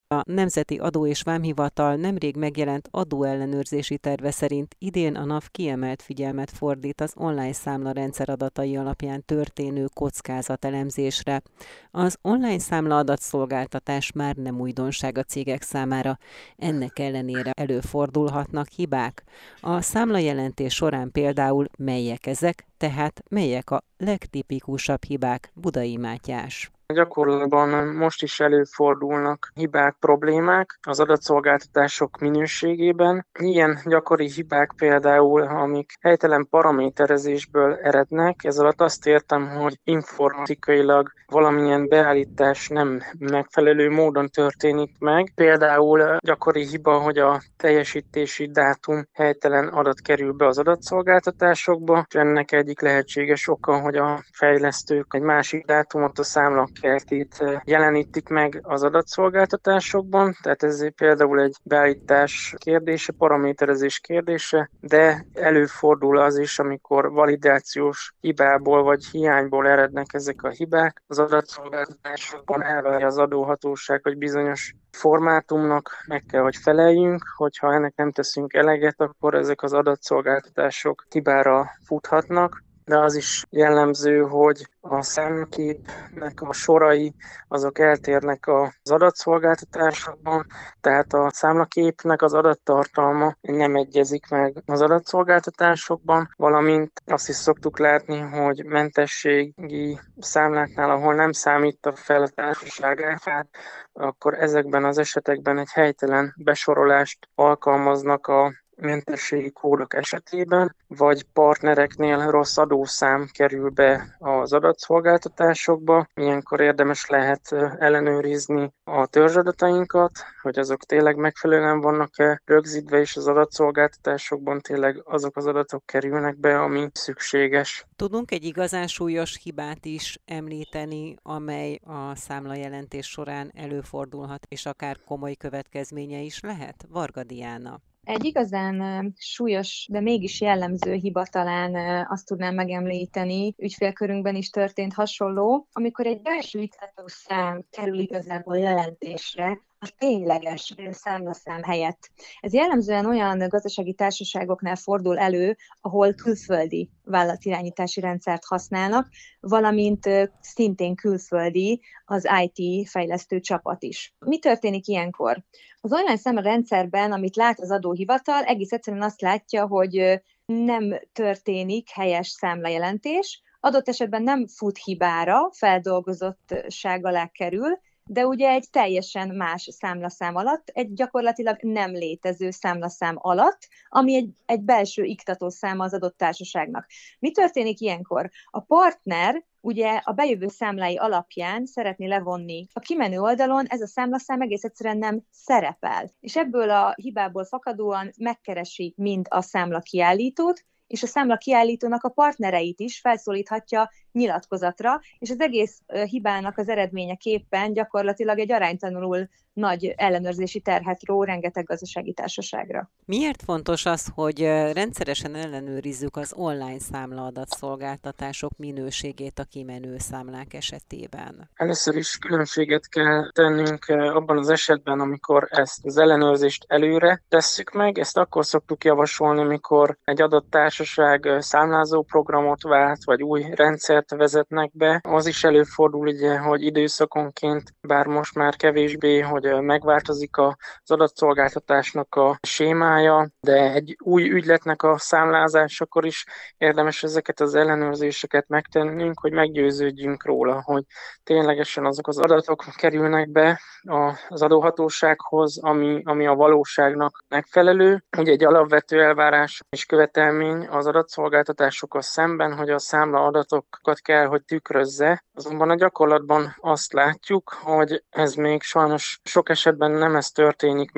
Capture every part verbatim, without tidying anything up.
A Nemzeti Adó és Vámhivatal nemrég megjelent adóellenőrzési terve szerint idén a NAV kiemelt figyelmet fordít az online számlarendszer adatai alapján történő kockázatelemzésre. Az online számla adatszolgáltatás már nem újdonság a cégek számára, ennek ellenére előfordulhatnak hibák. A számlajelentés során például melyek ezek, tehát melyek a legtipikusabb hibák? Budai Mátyás. Gyakorlatban most is előfordulnak hibák, problémák az adatszolgáltatások minőségében. Ilyen gyakori hibák például, amik helytelen paraméterezésből erednek. Ez alatt azt értem, hogy informatikailag valamilyen beállítás nem megfelelő módon történik meg. Például gyakori hiba, hogy a teljesítési dátum helytelen adat kerül be az adatszolgáltatásokba, és ennek egyik lehetséges oka, hogy a fejlesztők egy másik dátumot a számla kertét jelenítik meg az adatszolgáltatásokban, tehát ez például egy beállítás kérdése, paraméterezés kérdése, de előfordul az is, amikor validációs hibából vagy hiányból erednek ezek a hibák. Az adatszolgáltatásokban elvárja az adóhatóság, hogy bizonyos formátumnak meg kell, hogy feleljünk, hogyha ennek nem teszünk eleget, akkor ezek az adatszolgáltatások hibára futhatnak. De az is jellemző, hogy a számképnek a sorai azok eltérnek az adatszolgáltatásokban, tehát a számlaképnek az adattartalma nem egyezik meg az adatszolgáltatásokban, valamint azt is szoktuk látni, hogy mentességi számláknál, ahol nem számít fel a társaság áfát, akkor ezekben az esetekben egy helytelen besorolást alkalmaznak a mentességi kódok esetében, vagy partnereknél rossz adószám kerül be az adatszolgáltatásokba. Ilyenkor érdemes lehet ellenőrizni a törzsadatainkat, hogy azok tényleg megfelelően vannak-e rögzítve, és az adatszolgáltatásokban tényleg azok az adatok kerülnek be, ami szükséges. Tudunk egy igazán súlyos hibát is említeni, amely a számlajelentés során előfordulhat, és akár komoly következménye is lehet? Varga Diana. Egy igazán súlyos, de mégis jellemző hiba talán azt tudnám megemlíteni, ügyfélkörünkben is történt hasonló, amikor egy belső iktatószám kerül igazából jelentésre, a tényleges számlaszám helyett. Ez jellemzően olyan gazdasági társaságoknál fordul elő, ahol külföldi vállalatirányítási rendszert használnak, valamint szintén külföldi az i té fejlesztő csapat is. Mi történik ilyenkor? Az online számlarendszerben, amit lát az adóhivatal, egész egyszerűen azt látja, hogy nem történik helyes számlajelentés, adott esetben nem fut hibára, feldolgozottság alá kerül, de ugye egy teljesen más számlaszám alatt, egy gyakorlatilag nem létező számlaszám alatt, ami egy, egy belső iktatószáma az adott társaságnak. Mi történik ilyenkor? A partner ugye a bejövő számlái alapján szeretné levonni a kimenő oldalon, ez a számlaszám egész egyszerűen nem szerepel. És ebből a hibából fakadóan megkeresi mind a számla kiállítót, és a számla kiállítónak a partnereit is felszólíthatja nyilatkozatra, és az egész hibának az eredményeképpen gyakorlatilag egy aránytalanul nagy ellenőrzési terhet ró rengeteg gazdasági társaságra. Miért fontos az, hogy rendszeresen ellenőrizzük az online számlaadatszolgáltatások minőségét a kimenő számlák esetében? Először is különbséget kell tennünk abban az esetben, amikor ezt az ellenőrzést előre tesszük meg. Ezt akkor szoktuk javasolni, amikor egy adott társaság számlázó programot vált, vagy új rendszert vezetnek be. Az is előfordul, ugye, hogy időszakonként, bár most már kevésbé, hogy megváltozik az adatszolgáltatásnak a sémája, de egy új ügyletnek a számlázásakor is érdemes ezeket az ellenőrzéseket megtennünk, hogy meggyőződjünk róla, hogy ténylegesen azok az adatok kerülnek be az adóhatósághoz, ami, ami a valóságnak megfelelő. Ugye egy alapvető elvárás és követelmény az adatszolgáltatásokkal szemben, hogy a számla adatokat kell, hogy tükrözze. Azonban a gyakorlatban azt látjuk, hogy ez még sajnos sok esetben nem ez történik meg.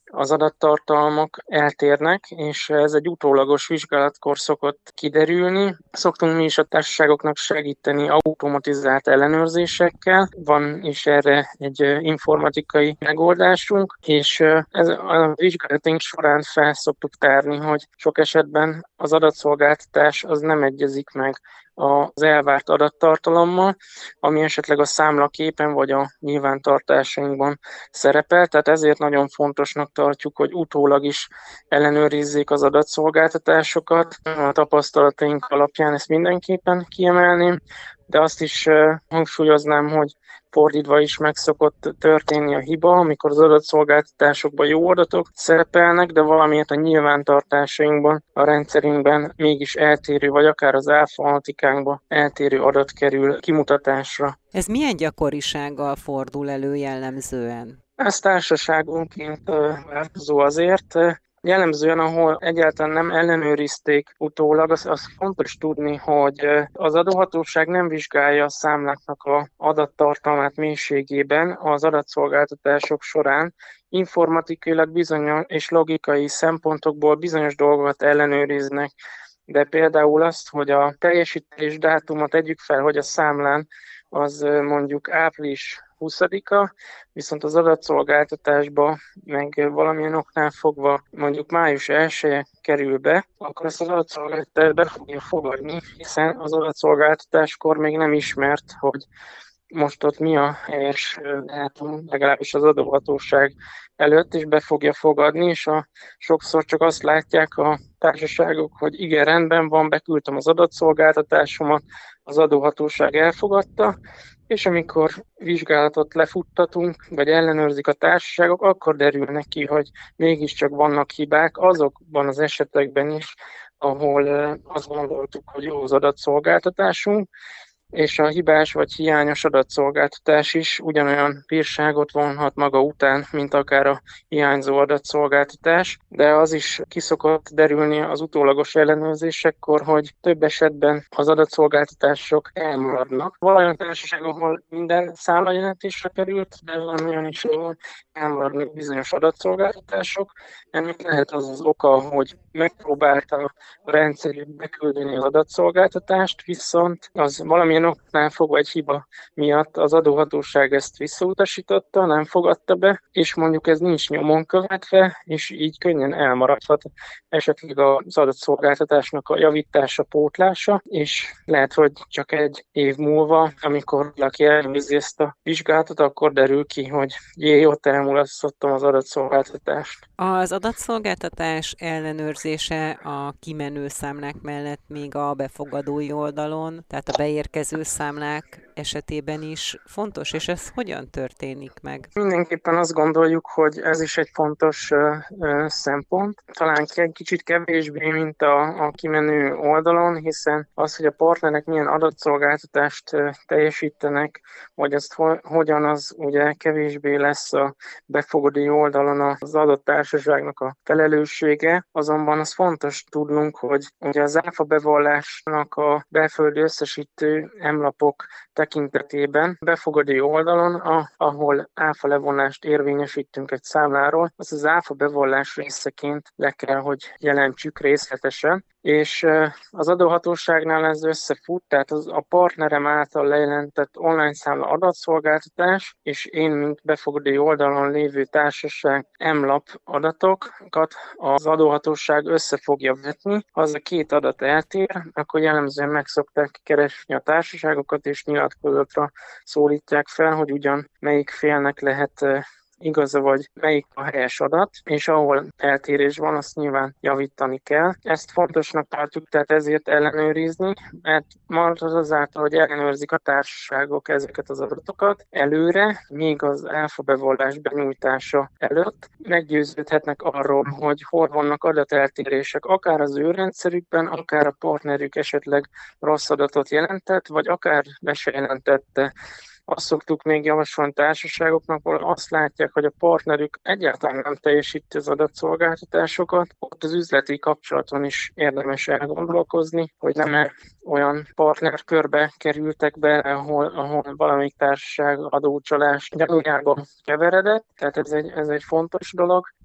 az adattartalmak eltérnek, és ez egy utólagos vizsgálatkor szokott kiderülni. Szoktunk mi is a társaságoknak segíteni automatizált ellenőrzésekkel, van is erre egy informatikai megoldásunk, és ez a vizsgálatunk során fel szoktuk tárni, hogy sok esetben az adatszolgáltatás az nem egyezik meg az elvárt adattartalommal, ami esetleg a számlaképen vagy a nyilvántartásainkban szerepel, tehát ezért nagyon fontosnak tartjuk, hogy utólag is ellenőrizzék az adatszolgáltatásokat. A tapasztalataink alapján ezt mindenképpen kiemelném, de azt is hangsúlyoznám, hogy fordítva is meg szokott történni a hiba, amikor az adatszolgáltatásokban jó adatok szerepelnek, de valamiért a nyilvántartásainkban, a rendszerünkben mégis eltérő, vagy akár az álfalatikánkban eltérő adat kerül kimutatásra. Ez milyen gyakorisággal fordul elő jellemzően? Ez társaságonként változó azért. Jellemzően, ahol egyáltalán nem ellenőrizték utólag, az, az fontos tudni, hogy az adóhatóság nem vizsgálja a számláknak a adattartalmát mélységében az adatszolgáltatások során. Informatikailag bizonyos és logikai szempontokból bizonyos dolgokat ellenőriznek, de például azt, hogy a teljesítés dátumot tegyük fel, hogy a számlán az mondjuk április huszadika, viszont az adatszolgáltatásba meg valamilyen oknál fogva mondjuk május elseje kerül be, akkor ezt az adatszolgáltatás be fogja fogadni, hiszen az adatszolgáltatáskor még nem ismert, hogy most ott mi a helyes dátum, legalábbis az adóhatóság előtt is be fogja fogadni, és a, sokszor csak azt látják a társaságok, hogy igen, rendben van, beküldtem az adatszolgáltatásomat, az adóhatóság elfogadta, és amikor vizsgálatot lefuttatunk, vagy ellenőrzik a társaságok, akkor derülnek ki, hogy mégiscsak vannak hibák azokban az esetekben is, ahol azt gondoltuk, hogy jó az adatszolgáltatásunk, és a hibás vagy hiányos adatszolgáltatás is ugyanolyan bírságot vonhat maga után, mint akár a hiányzó adatszolgáltatás, de az is ki szokott derülni az utólagos ellenőrzésekkor, hogy több esetben az adatszolgáltatások elmaradnak. Valajon társaság, ahol minden számlajelentésre került, de van olyan is, ahol elmaradnak bizonyos adatszolgáltatások. Ennek lehet az az oka, hogy megpróbálta a rendszerük beküldeni az adatszolgáltatást, viszont az valamilyen oknál fogva egy hiba miatt az adóhatóság ezt visszautasította, nem fogadta be, és mondjuk ez nincs nyomon követve, és így könnyen elmaradhat esetleg az adatszolgáltatásnak a javítása, pótlása, és lehet, hogy csak egy év múlva, amikor valaki elvégzi ezt a vizsgálatot, akkor derül ki, hogy jé, ott elmulasztottam az adatszolgáltatást. Az adatszolgáltatás ellenőrzése a kimenő számlák mellett még a befogadói oldalon, tehát a beérkező számlák esetében is fontos, és ez hogyan történik meg? Mindenképpen azt gondoljuk, hogy ez is egy fontos ö, ö, szempont. Talán egy kicsit kevésbé, mint a, a kimenő oldalon, hiszen az, hogy a partnerek milyen adatszolgáltatást ö, teljesítenek, vagy azt ho- hogyan, az ugye kevésbé lesz a befogadói oldalon az adott társaságnak a felelőssége. Azonban az fontos tudnunk, hogy ugye az áfa bevallásnak a belföldi összesítő emlapok tekintetében befogadói oldalon, a, ahol áfa levonást érvényesítünk egy számláról, az az áfa bevallás részeként le kell, hogy jelentsük részletesen, és az adóhatóságnál ez összefut, tehát az a partnerem által lejelentett online számla adatszolgáltatás, és én, mint befogadói oldalon lévő társaság emlap adatokat az adóhatóság össze fogja vetni. Ha az a két adat eltér, akkor jellemzően meg szokták keresni a társaságokat, és nyilatkozatra szólítják fel, hogy ugyan melyik félnek lehet igaza, vagy melyik a helyes adat, és ahol eltérés van, azt nyilván javítani kell. Ezt fontosnak tartjuk, tehát ezért ellenőrizni, mert már az azáltal, hogy ellenőrzik a társaságok ezeket az adatokat előre, még az áfa bevallás benyújtása előtt, meggyőződhetnek arról, hogy hol vannak adateltérések, akár az ő rendszerükben, akár a partnerük esetleg rossz adatot jelentett, vagy akár be se jelentette. Azt szoktuk még javasolni társaságoknak, ahol azt látják, hogy a partnerük egyáltalán nem teljesíti az adatszolgáltatásokat. Ott az üzleti kapcsolaton is érdemes elgondolkozni, hogy nem olyan partnerkörbe kerültek be, ahol, ahol valamelyik társaság adócsalás gyanújába keveredett. Tehát ez egy, ez egy fontos dolog.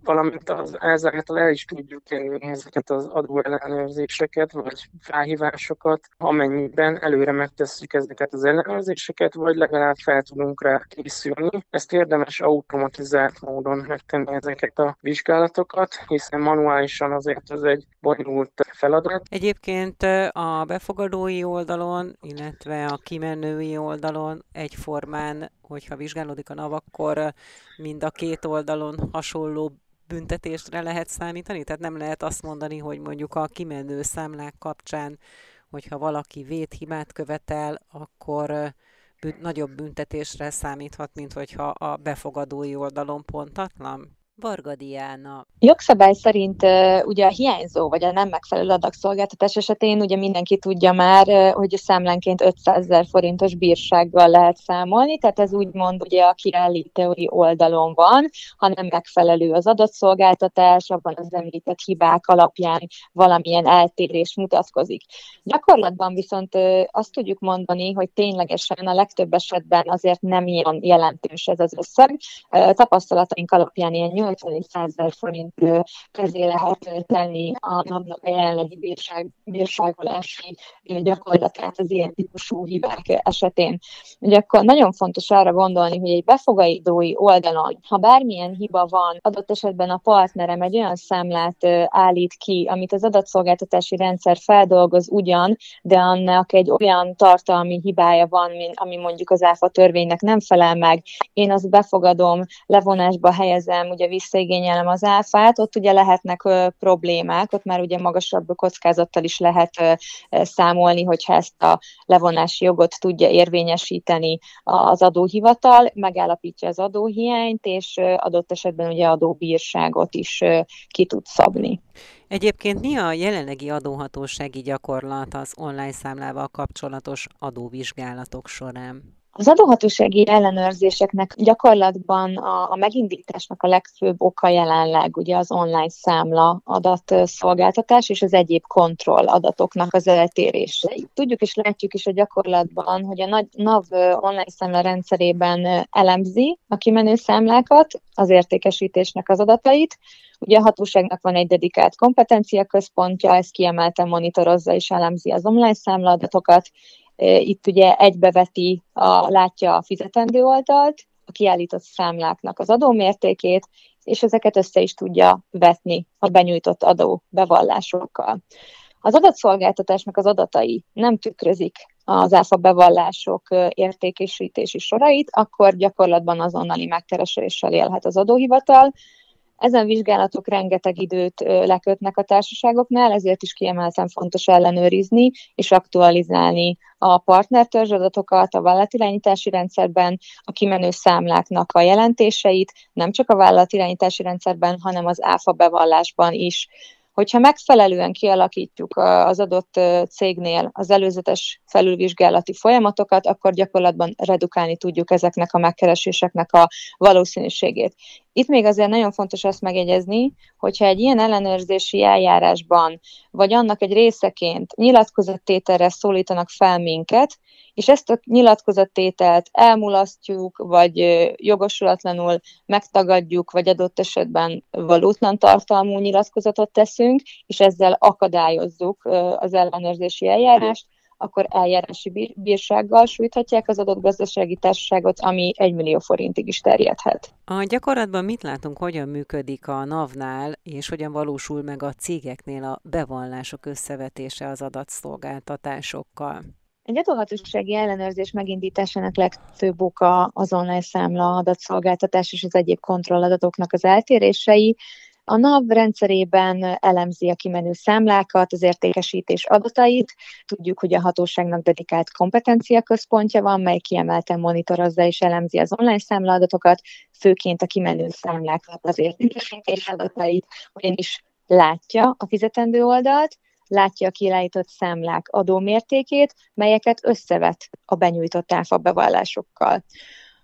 valamint az, ezáltal el is tudjuk érni ezeket az adóellenőrzéseket, vagy felhívásokat, amennyiben előre megtesszük ezeket az ellenőrzéseket, vagy legalább fel tudunk rá készülni. Ezt érdemes automatizált módon megtenni ezeket a vizsgálatokat, hiszen manuálisan azért ez egy bonyolult feladat. Egyébként a befogadói oldalon, illetve a kimenői oldalon egyformán, hogyha vizsgálódik a NAV, akkor mind a két oldalon hasonló büntetésre lehet számítani? Tehát nem lehet azt mondani, hogy mondjuk a kimenő számlák kapcsán, hogyha valaki védhibát követel, akkor bűn- nagyobb büntetésre számíthat, mint hogyha a befogadói oldalon pontatlan? Varga Diana. Jogszabály szerint uh, ugye a hiányzó vagy a nem megfelelő adagszolgáltatás esetén ugye mindenki tudja már, uh, hogy a számlánként ötszázezer forintos bírsággal lehet számolni, tehát ez úgymond ugye a kiállítói oldalon van, ha nem megfelelő az adatszolgáltatás, abban az említett hibák alapján valamilyen eltérés mutatkozik. Gyakorlatban viszont uh, azt tudjuk mondani, hogy ténylegesen a legtöbb esetben azért nem ilyen jelentős ez az összeg. Uh, tapasztalataink alapján ilyen nyolcvan-százezer forint közé lehet tenni a napnak a jelenlegi bírság, bírságolási gyakorlatát az ilyen típusú hibák esetén. Ugye akkor nagyon fontos arra gondolni, hogy egy befogadói oldalon, ha bármilyen hiba van, adott esetben a partnerem egy olyan számlát állít ki, amit az adatszolgáltatási rendszer feldolgoz ugyan, de annak egy olyan tartalmi hibája van, ami mondjuk az áfa törvénynek nem felel meg, én azt befogadom, levonásba helyezem, ugye visszaigényelem az áfát, ott ugye lehetnek ö, problémák, ott már ugye magasabb kockázattal is lehet ö, számolni, hogyha ezt a levonási jogot tudja érvényesíteni az adóhivatal, megállapítja az adóhiányt, és ö, adott esetben ugye adóbírságot is ö, ki tud szabni. Egyébként mi a jelenlegi adóhatósági gyakorlat az online számlával kapcsolatos adóvizsgálatok során? Az adóhatósági ellenőrzéseknek gyakorlatban a, a megindításnak a legfőbb oka jelenleg ugye az online számla adatszolgáltatás és az egyéb kontroll adatoknak az eltérése. Tudjuk és látjuk is a gyakorlatban, hogy a nagy NAV online számla rendszerében elemzi a kimenő számlákat, az értékesítésnek az adatait. Ugye a hatóságnak van egy dedikált kompetenciaközpontja, ez kiemelten monitorozza és elemzi az online számla adatokat. Itt ugye egybeveti, a, látja a fizetendő oldalt, a kiállított számláknak az adómértékét, és ezeket össze is tudja vetni a benyújtott adó bevallásokkal. Az adatszolgáltatásnak az adatai nem tükrözik az áfa bevallások értékesítési sorait, akkor gyakorlatban azonnali megkereséssel élhet az adóhivatal. Ezen vizsgálatok rengeteg időt lekötnek a társaságoknál, ezért is kiemelten fontos ellenőrizni és aktualizálni a partnertörzsadatokat a vállalatirányítási rendszerben, a kimenő számláknak a jelentéseit, nem csak a vállalatirányítási rendszerben, hanem az áfa bevallásban is. Hogyha megfelelően kialakítjuk az adott cégnél az előzetes felülvizsgálati folyamatokat, akkor gyakorlatban redukálni tudjuk ezeknek a megkereséseknek a valószínűségét. Itt még azért nagyon fontos azt megjegyezni, hogyha egy ilyen ellenőrzési eljárásban, vagy annak egy részeként nyilatkozattételre szólítanak fel minket, és ezt a nyilatkozattételt elmulasztjuk, vagy jogosulatlanul megtagadjuk, vagy adott esetben valótlan tartalmú nyilatkozatot teszünk, és ezzel akadályozzuk az ellenőrzési eljárást, akkor eljárási bírsággal sújthatják az adott gazdasági társaságot, ami egy millió forintig is terjedhet. A gyakorlatban mit látunk, hogyan működik a NAV-nál, és hogyan valósul meg a cégeknél a bevallások összevetése az adatszolgáltatásokkal? Egy adóhatósági ellenőrzés megindításának legfőbb oka az online számla adatszolgáltatás és az egyéb kontrolladatoknak az eltérései. A NAV rendszerében elemzi a kimenő számlákat, az értékesítés adatait. Tudjuk, hogy a hatóságnak dedikált kompetenciaközpontja van, mely kiemelten monitorozza és elemzi az online számlaadatokat, főként a kimenő számláknak az értékesítés adatait, ugyanis látja a fizetendő oldalt, látja a kiállított számlák adómértékét, melyeket összevet a benyújtott áfa bevallásokkal.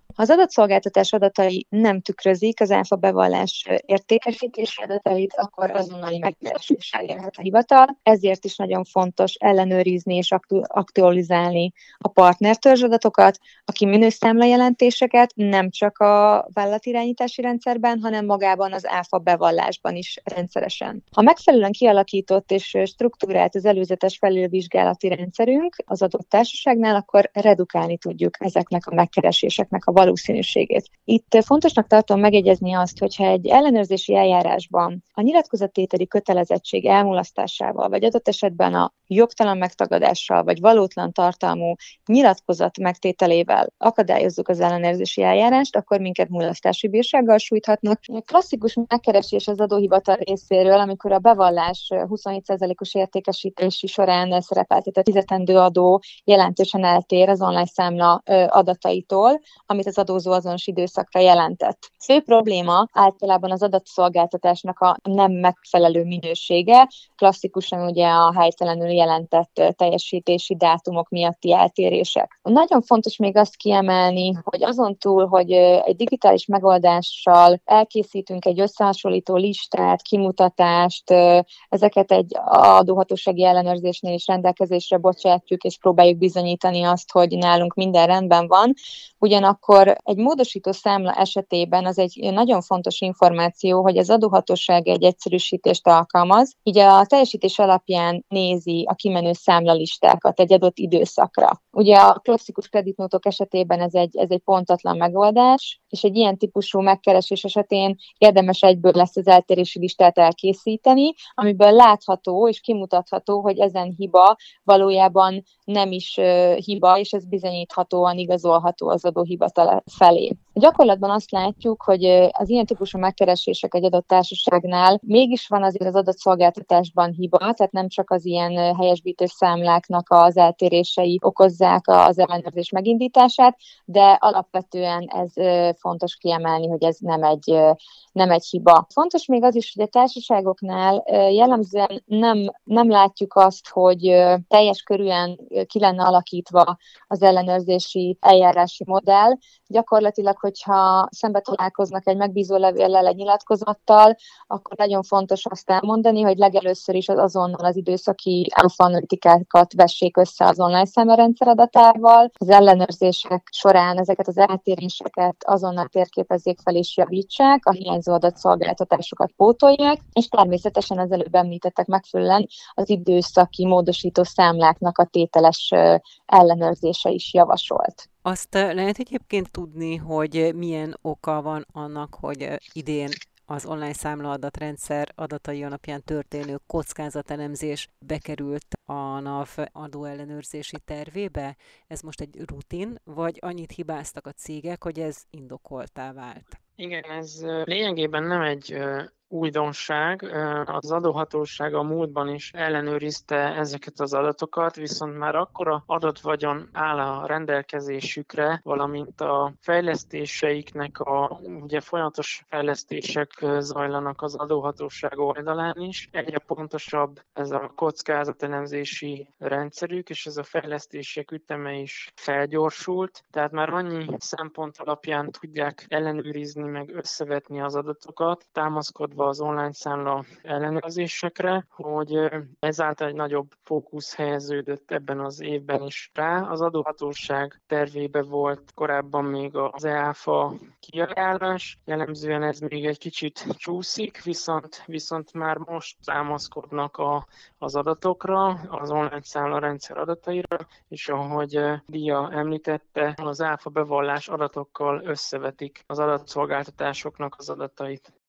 Ha az adatszolgáltatás adatai nem tükrözik az áfa bevallás értékesítési adatait, akkor azonnali megkereséssel élhet a hivatal. Ezért is nagyon fontos ellenőrizni és aktualizálni a partnertörzsadatokat, a kimenőszámla jelentéseket nem csak a vállalatirányítási rendszerben, hanem magában az áfa bevallásban is rendszeresen. Ha megfelelően kialakított és struktúrált az előzetes felülvizsgálati rendszerünk az adott társaságnál, akkor redukálni tudjuk ezeknek a megkereséseknek a valószínűségét. Itt fontosnak tartom megjegyezni azt, hogyha egy ellenőrzési eljárásban a nyilatkozattételi kötelezettség elmulasztásával, vagy adott esetben a jogtalan megtagadással, vagy valótlan tartalmú nyilatkozat megtételével akadályozzuk az ellenőrzési eljárást, akkor minket mulasztási bírsággal sújthatnak. A klasszikus megkeresés az adóhivatal részéről, amikor a bevallás huszonhét százalékos értékesítési során szerepeltetett fizetendő adó jelentősen eltér az online számla adataitól, amit az adózó azonos időszakra jelentett. Fő probléma általában az adatszolgáltatásnak a nem megfelelő minősége, klasszikusan ugye a helytelenül jelentett teljesítési dátumok miatti eltérések. Nagyon fontos még azt kiemelni, hogy azon túl, hogy egy digitális megoldással elkészítünk egy összehasonlító listát, kimutatást, ezeket egy adóhatósági ellenőrzésnél is rendelkezésre bocsátjuk, és próbáljuk bizonyítani azt, hogy nálunk minden rendben van. Ugyanakkor egy módosító számla esetében az egy nagyon fontos információ, hogy az adóhatóság egy egyszerűsítést alkalmaz, így a teljesítés alapján nézi a kimenő számlalistákat egy adott időszakra. Ugye a klasszikus kreditnótok esetében ez egy, ez egy pontatlan megoldás, és egy ilyen típusú megkeresés esetén érdemes egyből lesz az eltérési listát elkészíteni, amiből látható és kimutatható, hogy ezen hiba valójában nem is uh, hiba, és ez bizonyíthatóan igazolható az adóhivatal felé. Gyakorlatban azt látjuk, hogy az ilyen típusú megkeresések egy adott társaságnál mégis van azért az adatszolgáltatásban hiba, tehát nem csak az ilyen helyesbítős számláknak az eltérései okozzák az ellenőrzés megindítását, de alapvetően ez fontos kiemelni, hogy ez nem egy, nem egy hiba. Fontos még az is, hogy a társaságoknál jellemzően nem, nem látjuk azt, hogy teljes körűen ki lenne alakítva az ellenőrzési eljárási modell. Gyakorlatilag, hogyha szembe találkoznak egy megbízó levéllel, egy nyilatkozattal, akkor nagyon fontos azt elmondani, hogy legelőször is az azonnal az időszaki áfa analitikákat vessék össze az online számlarendszer adatával. Az ellenőrzések során ezeket az eltéréseket azonnal térképezzék fel és javítsák, a hiányzó adatszolgáltatásokat pótolják, és természetesen az előbb említettek megfelelően az időszaki módosító számláknak a tételes ellenőrzése is javasolt. Azt lehet egyébként tudni, hogy milyen oka van annak, hogy idén az online számlaadatrendszer adatai alapján történő kockázatelemzés bekerült a NAV adóellenőrzési tervébe? Ez most egy rutin, vagy annyit hibáztak a cégek, hogy ez indokoltá vált? Igen, ez lényegében nem egy újdonság. Az adóhatóság a múltban is ellenőrizte ezeket az adatokat, viszont már akkora adatvagyon áll a rendelkezésükre, valamint a fejlesztéseiknek a ugye folyamatos fejlesztések zajlanak az adóhatóság oldalán is. Egyre pontosabb ez a kockázatelemzési rendszerük, és ez a fejlesztések üteme is felgyorsult, tehát már annyi szempont alapján tudják ellenőrizni, meg összevetni az adatokat, támaszkodva az online számla ellenőrzésekre, hogy ezáltal egy nagyobb fókusz helyeződött ebben az évben is rá. Az adóhatóság tervébe volt korábban még az e áfa kiajánlás, jellemzően ez még egy kicsit csúszik, viszont, viszont már most támaszkodnak a, az adatokra, az online számla rendszer adataira, és ahogy Dia említette, az áfa bevallás adatokkal összevetik az adatszolgáltatásoknak az adatait.